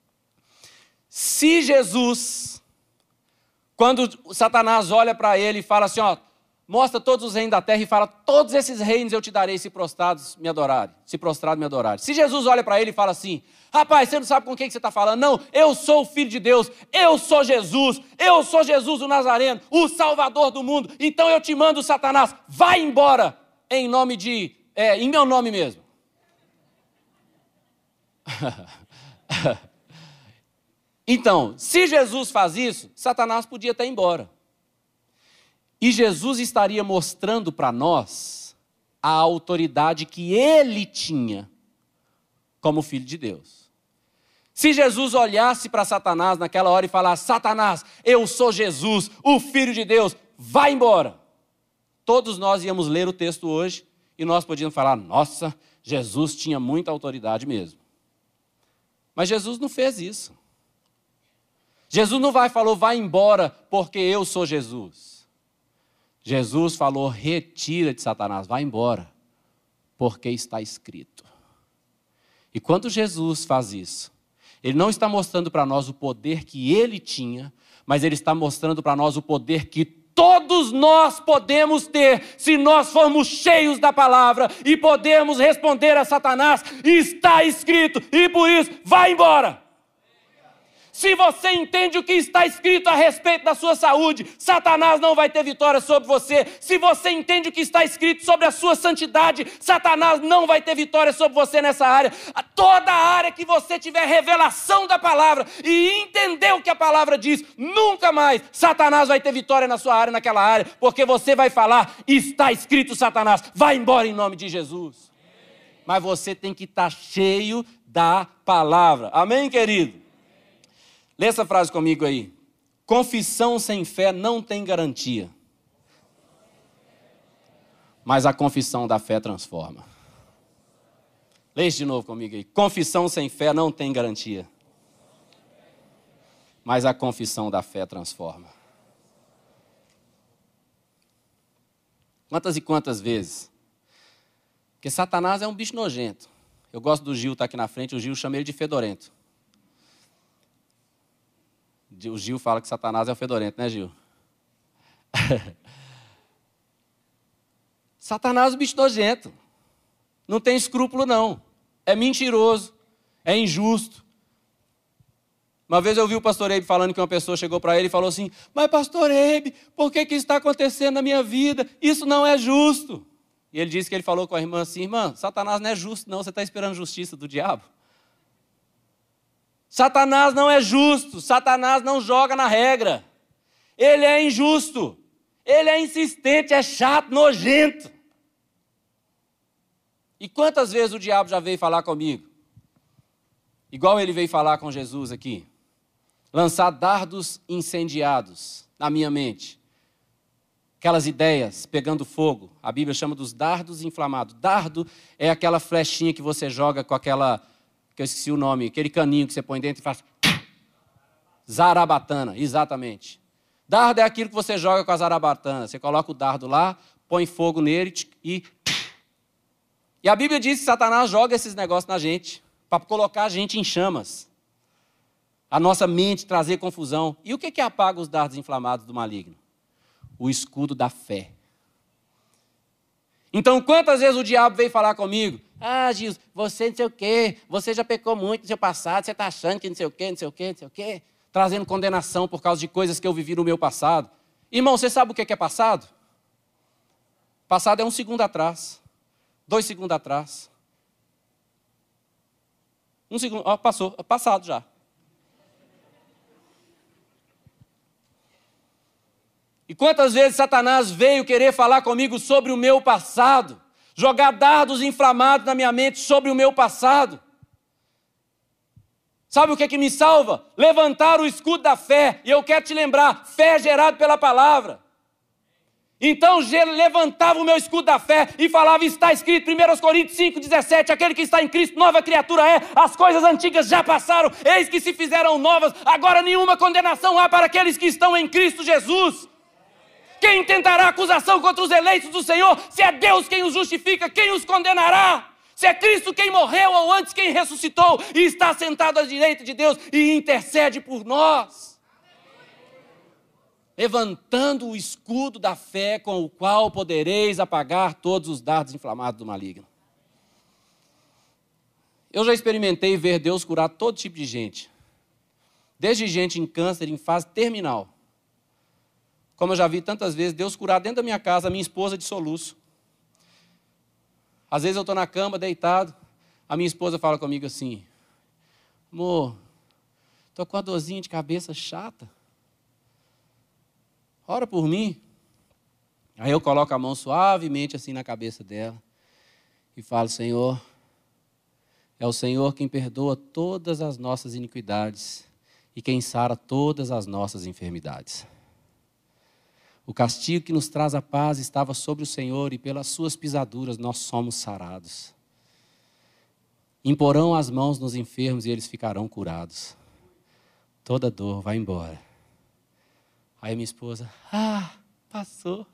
Se Jesus, quando Satanás olha para ele e fala assim, ó, mostra todos os reinos da terra e fala, todos esses reinos eu te darei se prostrados me adorarem. Se prostrado me adorarem. Se Jesus olha para ele e fala assim, rapaz, você não sabe com quem que você está falando? Não, eu sou o Filho de Deus, eu sou Jesus o Nazareno, o Salvador do mundo. Então eu te mando, Satanás, vai embora em meu nome mesmo. Então, se Jesus faz isso, Satanás podia até ir embora. E Jesus estaria mostrando para nós a autoridade que ele tinha como Filho de Deus. Se Jesus olhasse para Satanás naquela hora e falasse, Satanás, eu sou Jesus, o Filho de Deus, vai embora. Todos nós íamos ler o texto hoje e nós podíamos falar, nossa, Jesus tinha muita autoridade mesmo. Mas Jesus não fez isso. Jesus não falou, vai embora porque eu sou Jesus. Jesus falou, retira-te, Satanás, vai embora, porque está escrito. E quando Jesus faz isso, ele não está mostrando para nós o poder que ele tinha, mas ele está mostrando para nós o poder que todos nós podemos ter, se nós formos cheios da palavra e podemos responder a Satanás, está escrito, e por isso, vai embora. Se você entende o que está escrito a respeito da sua saúde, Satanás não vai ter vitória sobre você. Se você entende o que está escrito sobre a sua santidade, Satanás não vai ter vitória sobre você nessa área. Toda área que você tiver revelação da palavra e entender o que a palavra diz, nunca mais Satanás vai ter vitória na sua área, naquela área, porque você vai falar, está escrito, Satanás, vai embora em nome de Jesus. Mas você tem que estar cheio da palavra. Amém, querido? Lê essa frase comigo aí. Confissão sem fé não tem garantia. Mas a confissão da fé transforma. Lê isso de novo comigo aí. Confissão sem fé não tem garantia. Mas a confissão da fé transforma. Quantas e quantas vezes? Porque Satanás é um bicho nojento. Eu gosto do Gil estar aqui na frente, o Gil chama ele de fedorento. O Gil fala que Satanás é o fedorento, né, Gil? Satanás é um bicho nojento. Não tem escrúpulo, não. É mentiroso, é injusto. Uma vez eu ouvi o pastor Eibe falando que uma pessoa chegou para ele e falou assim, mas pastor Eibe, por que isso está acontecendo na minha vida? Isso não é justo. E ele disse que ele falou com a irmã assim, irmã, Satanás não é justo não, você está esperando justiça do diabo? Satanás não é justo, Satanás não joga na regra. Ele é injusto, ele é insistente, é chato, nojento. E quantas vezes o diabo já veio falar comigo? Igual ele veio falar com Jesus aqui. Lançar dardos incendiados na minha mente. Aquelas ideias pegando fogo. A Bíblia chama dos dardos inflamados. Dardo é aquela flechinha que você joga com aquela... que eu esqueci o nome, aquele caninho que você põe dentro e faz... Zarabatana, exatamente. Dardo é aquilo que você joga com a zarabatana. Você coloca o dardo lá, põe fogo nele e... E a Bíblia diz que Satanás joga esses negócios na gente, para colocar a gente em chamas. A nossa mente trazer confusão. E o que apaga os dardos inflamados do maligno? O escudo da fé. Então, quantas vezes o diabo veio falar comigo? Ah, Gil, você não sei o quê, você já pecou muito no seu passado, você está achando que não sei o quê, não sei o quê, não sei o quê, trazendo condenação por causa de coisas que eu vivi no meu passado. Irmão, você sabe o que é passado? Passado é 1 segundo atrás, 2 segundos atrás. 1 segundo, ó, passou, passado já. E quantas vezes Satanás veio querer falar comigo sobre o meu passado, jogar dardos inflamados na minha mente sobre o meu passado. Sabe o que é que me salva? Levantar o escudo da fé. E eu quero te lembrar, fé é gerada pela palavra. Então levantava o meu escudo da fé e falava, está escrito, 1 Coríntios 5,17, aquele que está em Cristo, nova criatura é, as coisas antigas já passaram, eis que se fizeram novas, agora nenhuma condenação há para aqueles que estão em Cristo Jesus. Quem tentará acusação contra os eleitos do Senhor? Se é Deus quem os justifica, quem os condenará? Se é Cristo quem morreu ou antes quem ressuscitou e está sentado à direita de Deus e intercede por nós. Levantando o escudo da fé com o qual podereis apagar todos os dardos inflamados do maligno. Eu já experimentei ver Deus curar todo tipo de gente. Desde gente em câncer, em fase terminal. Como eu já vi tantas vezes, Deus curar dentro da minha casa, a minha esposa de soluço. Às vezes eu estou na cama, deitado, a minha esposa fala comigo assim, amor, estou com uma dorzinha de cabeça chata. Ora por mim. Aí eu coloco a mão suavemente assim na cabeça dela e falo, Senhor, é o Senhor quem perdoa todas as nossas iniquidades e quem sara todas as nossas enfermidades. O castigo que nos traz a paz estava sobre o Senhor e pelas suas pisaduras nós somos sarados. Imporão as mãos nos enfermos e eles ficarão curados. Toda dor vai embora. Aí minha esposa, passou.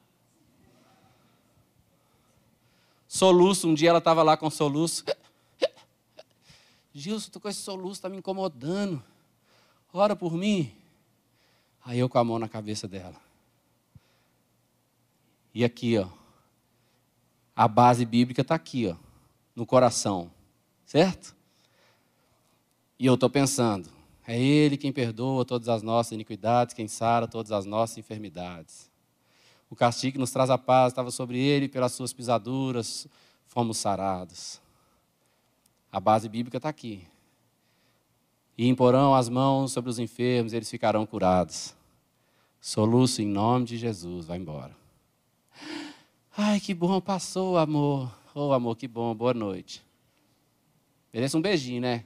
Soluço, um dia ela estava lá com soluço. Gilson, estou com esse soluço, está me incomodando. Ora por mim. Aí eu com a mão na cabeça dela. E aqui, ó, a base bíblica está aqui, ó, no coração, certo? E eu estou pensando, é Ele quem perdoa todas as nossas iniquidades, quem sara todas as nossas enfermidades. O castigo que nos traz a paz estava sobre Ele, pelas suas pisaduras fomos sarados. A base bíblica está aqui. E imporão as mãos sobre os enfermos, eles ficarão curados. Soluço em nome de Jesus, vai embora. Ai, que bom, passou, amor. Oh, amor, que bom, boa noite. Merece um beijinho, né?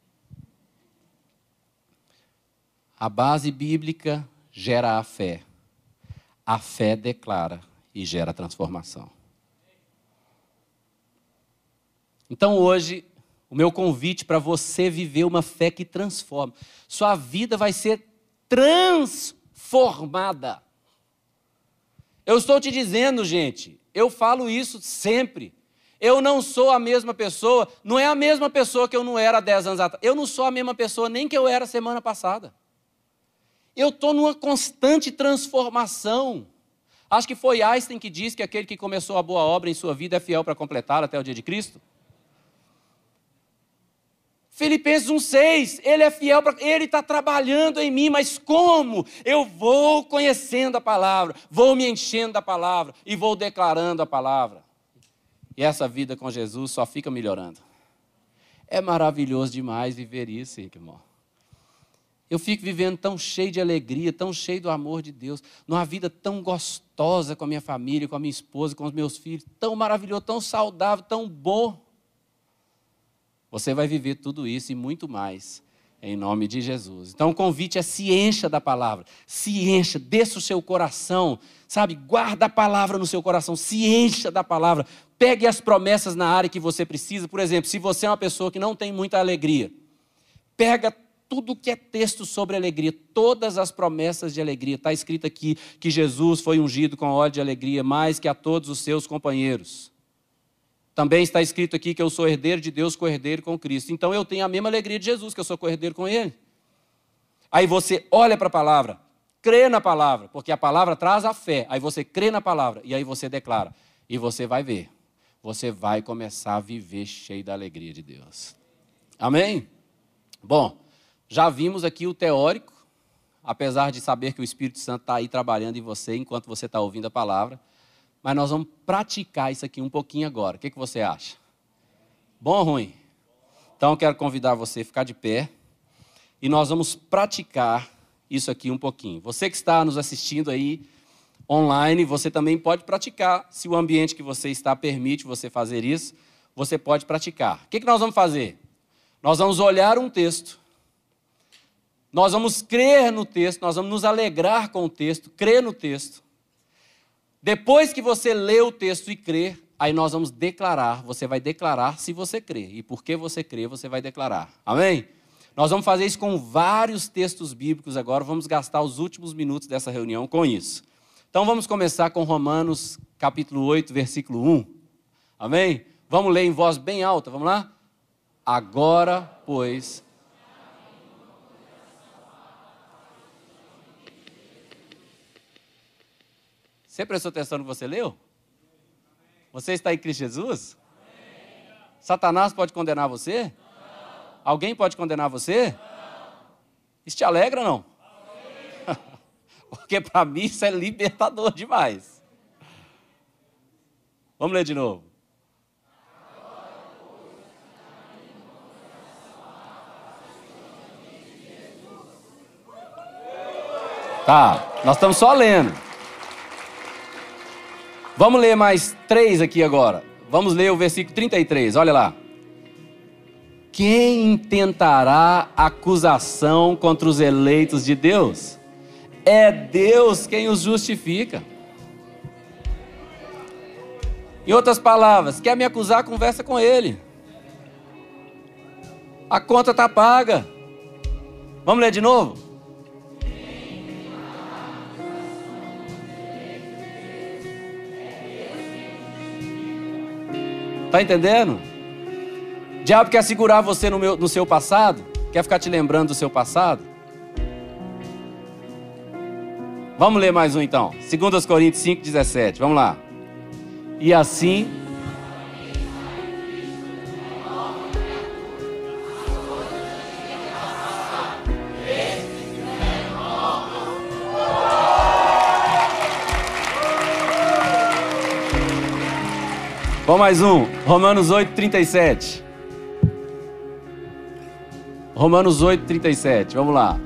A base bíblica gera a fé. A fé declara e gera transformação. Então hoje, o meu convite para você viver uma fé que transforma. Sua vida vai ser transformada. Eu estou te dizendo, gente, eu falo isso sempre. Eu não sou a mesma pessoa, não é a mesma pessoa que eu não era há 10 anos atrás. Eu não sou a mesma pessoa nem que eu era semana passada. Eu estou numa constante transformação. Acho que foi Einstein que disse que aquele que começou a boa obra em sua vida é fiel para completá-la até o dia de Cristo. Filipenses 1,6, Ele é fiel, Ele está trabalhando em mim, mas como? Eu vou conhecendo a palavra, vou me enchendo da palavra e vou declarando a palavra. E essa vida com Jesus só fica melhorando. É maravilhoso demais viver isso, irmão. Eu fico vivendo tão cheio de alegria, tão cheio do amor de Deus, numa vida tão gostosa com a minha família, com a minha esposa, com os meus filhos, tão maravilhoso, tão saudável, tão bom. Você vai viver tudo isso e muito mais, em nome de Jesus. Então o convite é se encha da palavra, se encha, desça o seu coração, sabe? Guarda a palavra no seu coração, se encha da palavra. Pegue as promessas na área que você precisa. Por exemplo, se você é uma pessoa que não tem muita alegria, pega tudo que é texto sobre alegria, todas as promessas de alegria. Está escrito aqui que Jesus foi ungido com óleo de alegria, mais que a todos os seus companheiros. Também está escrito aqui que eu sou herdeiro de Deus, co-herdeiro com Cristo. Então eu tenho a mesma alegria de Jesus, que eu sou co-herdeiro com Ele. Aí você olha para a palavra, crê na palavra, porque a palavra traz a fé. Aí você crê na palavra e aí você declara. E você vai ver, você vai começar a viver cheio da alegria de Deus. Amém? Bom, já vimos aqui o teórico, apesar de saber que o Espírito Santo está aí trabalhando em você enquanto você está ouvindo a palavra. Mas nós vamos praticar isso aqui um pouquinho agora. O que você acha? Bom ou ruim? Então eu quero convidar você a ficar de pé e nós vamos praticar isso aqui um pouquinho. Você que está nos assistindo aí online, você também pode praticar. Se o ambiente que você está permite você fazer isso, você pode praticar. O que nós vamos fazer? Nós vamos olhar um texto Nós vamos crer no texto, nós vamos nos alegrar com o texto, crer no texto. Depois que você lê o texto e crer, aí nós vamos declarar. Você vai declarar se você crer. E porque você crê, você vai declarar. Amém? Nós vamos fazer isso com vários textos bíblicos agora. Vamos gastar os últimos minutos dessa reunião com isso. Então vamos começar com Romanos capítulo 8, versículo 1. Amém? Vamos ler em voz bem alta, vamos lá? Agora, pois... Você prestou atenção no que você leu? Você está em Cristo Jesus? Satanás pode condenar você? Não. Alguém pode condenar você? Não. Isso te alegra ou não? Porque para mim isso é libertador demais. Vamos ler de novo. Tá, nós estamos só lendo. Vamos ler mais 3 aqui agora. Vamos ler o versículo 33, olha lá. Quem intentará acusação contra os eleitos de Deus? É Deus quem os justifica. Em outras palavras, quer me acusar, conversa com ele. A conta está paga. Vamos ler de novo? Está entendendo? O diabo quer segurar você no seu passado? Quer ficar te lembrando do seu passado? Vamos ler mais um então. 2 Coríntios 5,17. Vamos lá. E assim... Vamos mais um. Romanos 8,37. Romanos 8,37. Vamos lá.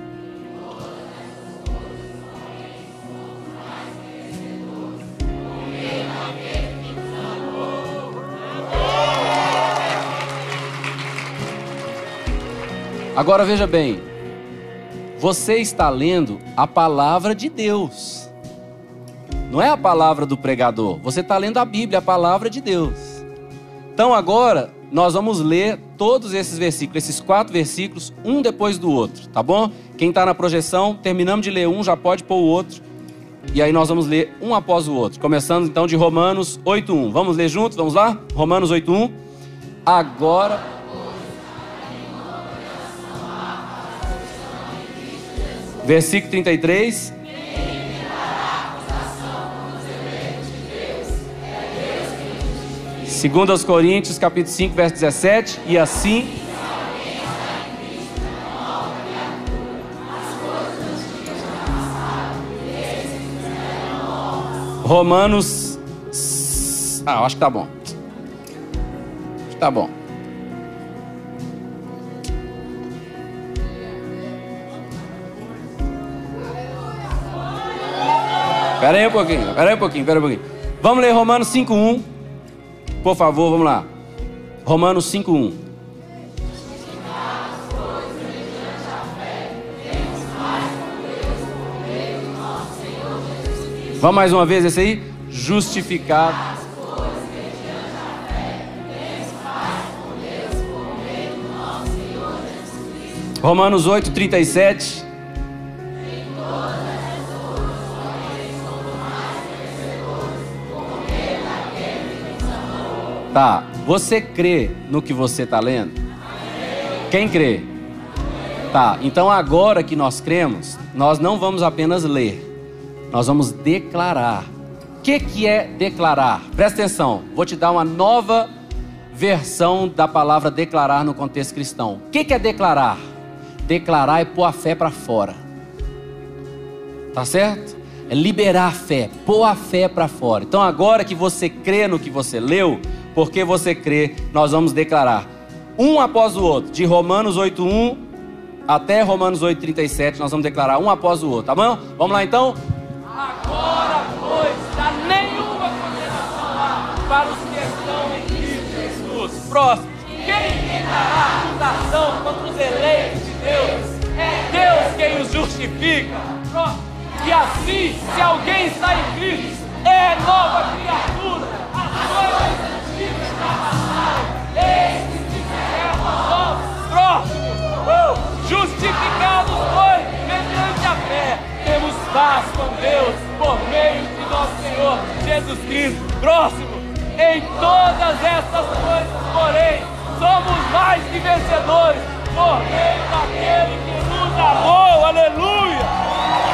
Agora veja bem. Você está lendo a palavra de Deus. Não é a palavra do pregador. Você está lendo a Bíblia, a palavra de Deus. Então agora, nós vamos ler todos esses versículos, esses 4 versículos, um depois do outro, tá bom? Quem está na projeção, terminamos de ler um, já pode pôr o outro. E aí nós vamos ler um após o outro. Começando então de Romanos 8:1. Vamos ler juntos? Vamos lá? Romanos 8:1. Agora... Versículo 33. Segundo aos Coríntios, capítulo 5, verso 17, e assim... Romanos... acho que tá bom. Acho que tá bom. Espera aí um pouquinho. Vamos ler Romanos 5:1. Por favor, vamos lá. Romanos 5:1. Vamos mais uma vez esse aí? Justificado. Romanos 8:37. Tá, você crê no que você está lendo? Quem crê? Tá, então agora que nós cremos, nós não vamos apenas ler, nós vamos declarar. O que é declarar? Presta atenção, vou te dar uma nova versão da palavra declarar no contexto cristão. O que é declarar? Declarar é pôr a fé para fora. Tá certo? É liberar a fé, pôr a fé para fora. Então agora que você crê no que você leu, porque você crê, nós vamos declarar um após o outro, de Romanos 8:1 até Romanos 8:37, nós vamos declarar um após o outro, tá bom? Vamos lá então? Agora, pois, já nenhuma condenação há para os que estão em Cristo próximos. Quem tentará acusação contra os eleitos de Deus? É Deus quem os justifica. E assim, se alguém está em Cristo, é nova criatura. As coisas antigas já passaram, eis que se fizeram novas. Próximo. Justificados, pois, mediante a fé, temos paz com Deus, por meio de nosso Senhor Jesus Cristo. Próximo. Em todas essas coisas, porém, somos mais que vencedores, por meio daquele que nos amou. Aleluia!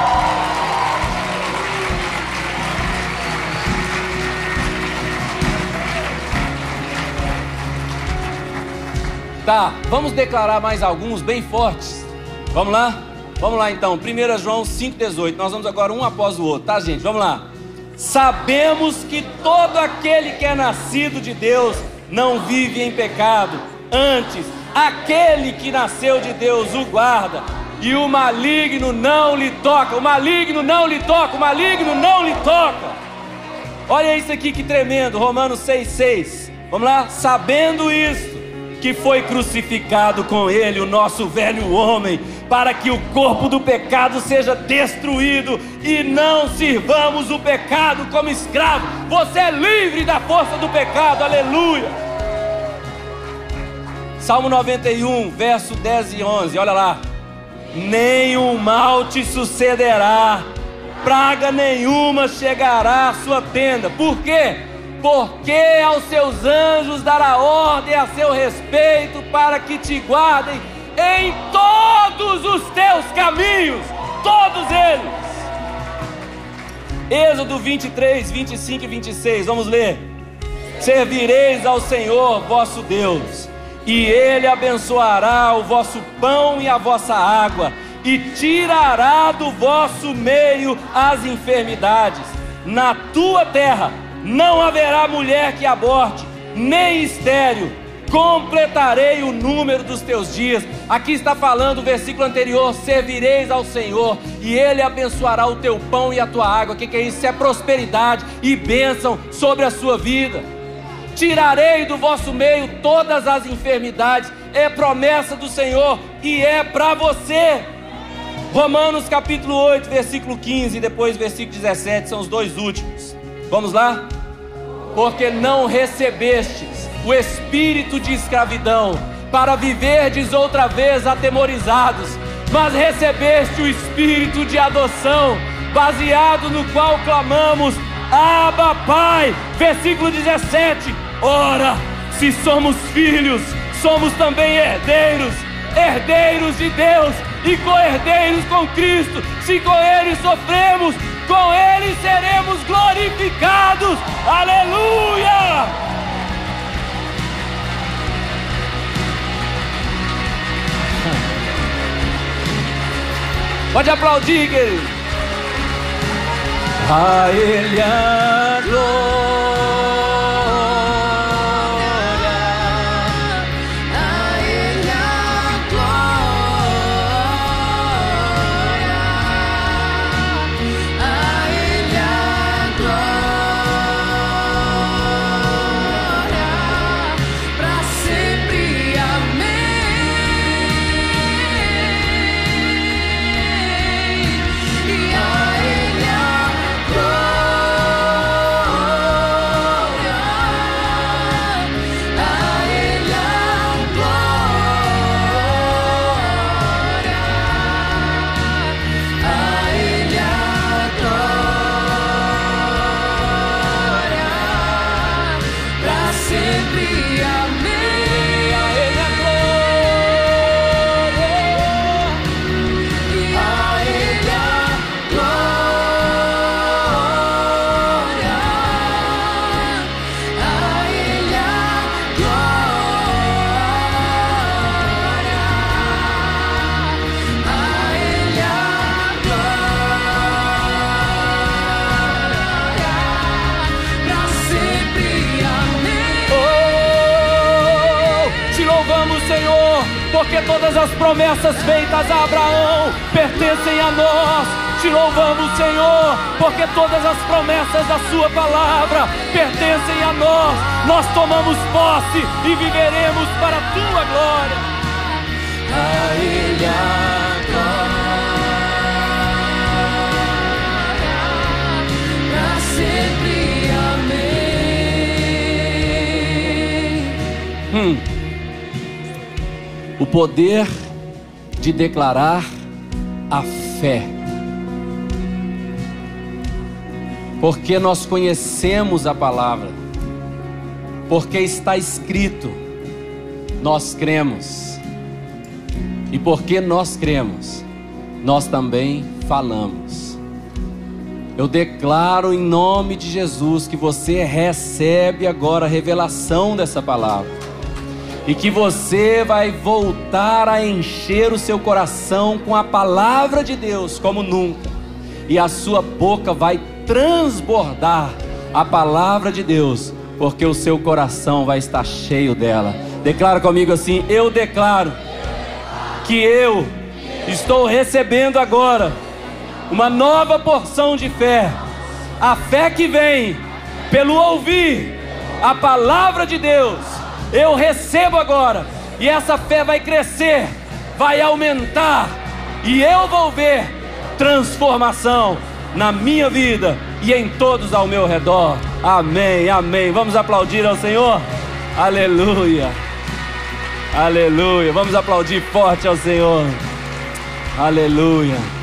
Tá, vamos declarar mais alguns bem fortes. Vamos lá? Vamos lá então, 1 João 5,18. Nós vamos agora um após o outro, tá, gente? Vamos lá. Sabemos que todo aquele que é nascido de Deus não vive em pecado. Antes, aquele que nasceu de Deus o guarda, e o maligno não lhe toca. O maligno não lhe toca, o maligno não lhe toca. Olha isso aqui que tremendo, Romanos 6,6. Vamos lá? Sabendo isto, que foi crucificado com ele o nosso velho homem, para que o corpo do pecado seja destruído e não sirvamos o pecado como escravo. Você é livre da força do pecado, aleluia. Salmo 91, verso 10 e 11, olha lá. Nenhum mal te sucederá, praga nenhuma chegará à sua tenda. Por quê? Porque aos seus anjos dará ordem a seu respeito, para que te guardem em todos os teus caminhos, todos eles. Êxodo 23, 25 e 26, vamos ler. Servireis ao Senhor vosso Deus, e Ele abençoará o vosso pão e a vossa água, e tirará do vosso meio as enfermidades. Na tua terra não haverá mulher que aborte, nem estéril. Completarei o número dos teus dias. Aqui está falando o versículo anterior: servireis ao Senhor, e Ele abençoará o teu pão e a tua água. O que é isso? Isso é prosperidade e bênção sobre a sua vida. Tirarei do vosso meio todas as enfermidades. É promessa do Senhor e é para você. Romanos capítulo 8, versículo 15 e depois versículo 17, são os dois últimos. Vamos lá? Porque não recebestes o espírito de escravidão para viverdes outra vez atemorizados, mas recebeste o espírito de adoção, baseado no qual clamamos: Abba, Pai. Versículo 17. Ora, se somos filhos, somos também herdeiros, herdeiros de Deus e co-herdeiros com Cristo. Se com Ele sofremos, com Ele seremos glorificados. Aleluia! Pode aplaudir, querido. A Ele a glória. Porque todas as promessas feitas a Abraão pertencem a nós. Te louvamos, Senhor, porque todas as promessas da sua palavra pertencem a nós. Nós tomamos posse e viveremos para a tua glória. A Ele a glória. O poder de declarar a fé. Porque nós conhecemos a palavra, porque está escrito, nós cremos. E porque nós cremos, nós também falamos. Eu declaro em nome de Jesus que você recebe agora a revelação dessa palavra. E que você vai voltar a encher o seu coração com a palavra de Deus como nunca. E a sua boca vai transbordar a palavra de Deus, porque o seu coração vai estar cheio dela. Declara comigo assim: eu declaro que eu estou recebendo agora uma nova porção de fé. A fé que vem pelo ouvir a palavra de Deus. Eu recebo agora, e essa fé vai crescer, vai aumentar, e eu vou ver transformação na minha vida e em todos ao meu redor. Amém, amém. Vamos aplaudir ao Senhor? Aleluia, aleluia. Vamos aplaudir forte ao Senhor. Aleluia.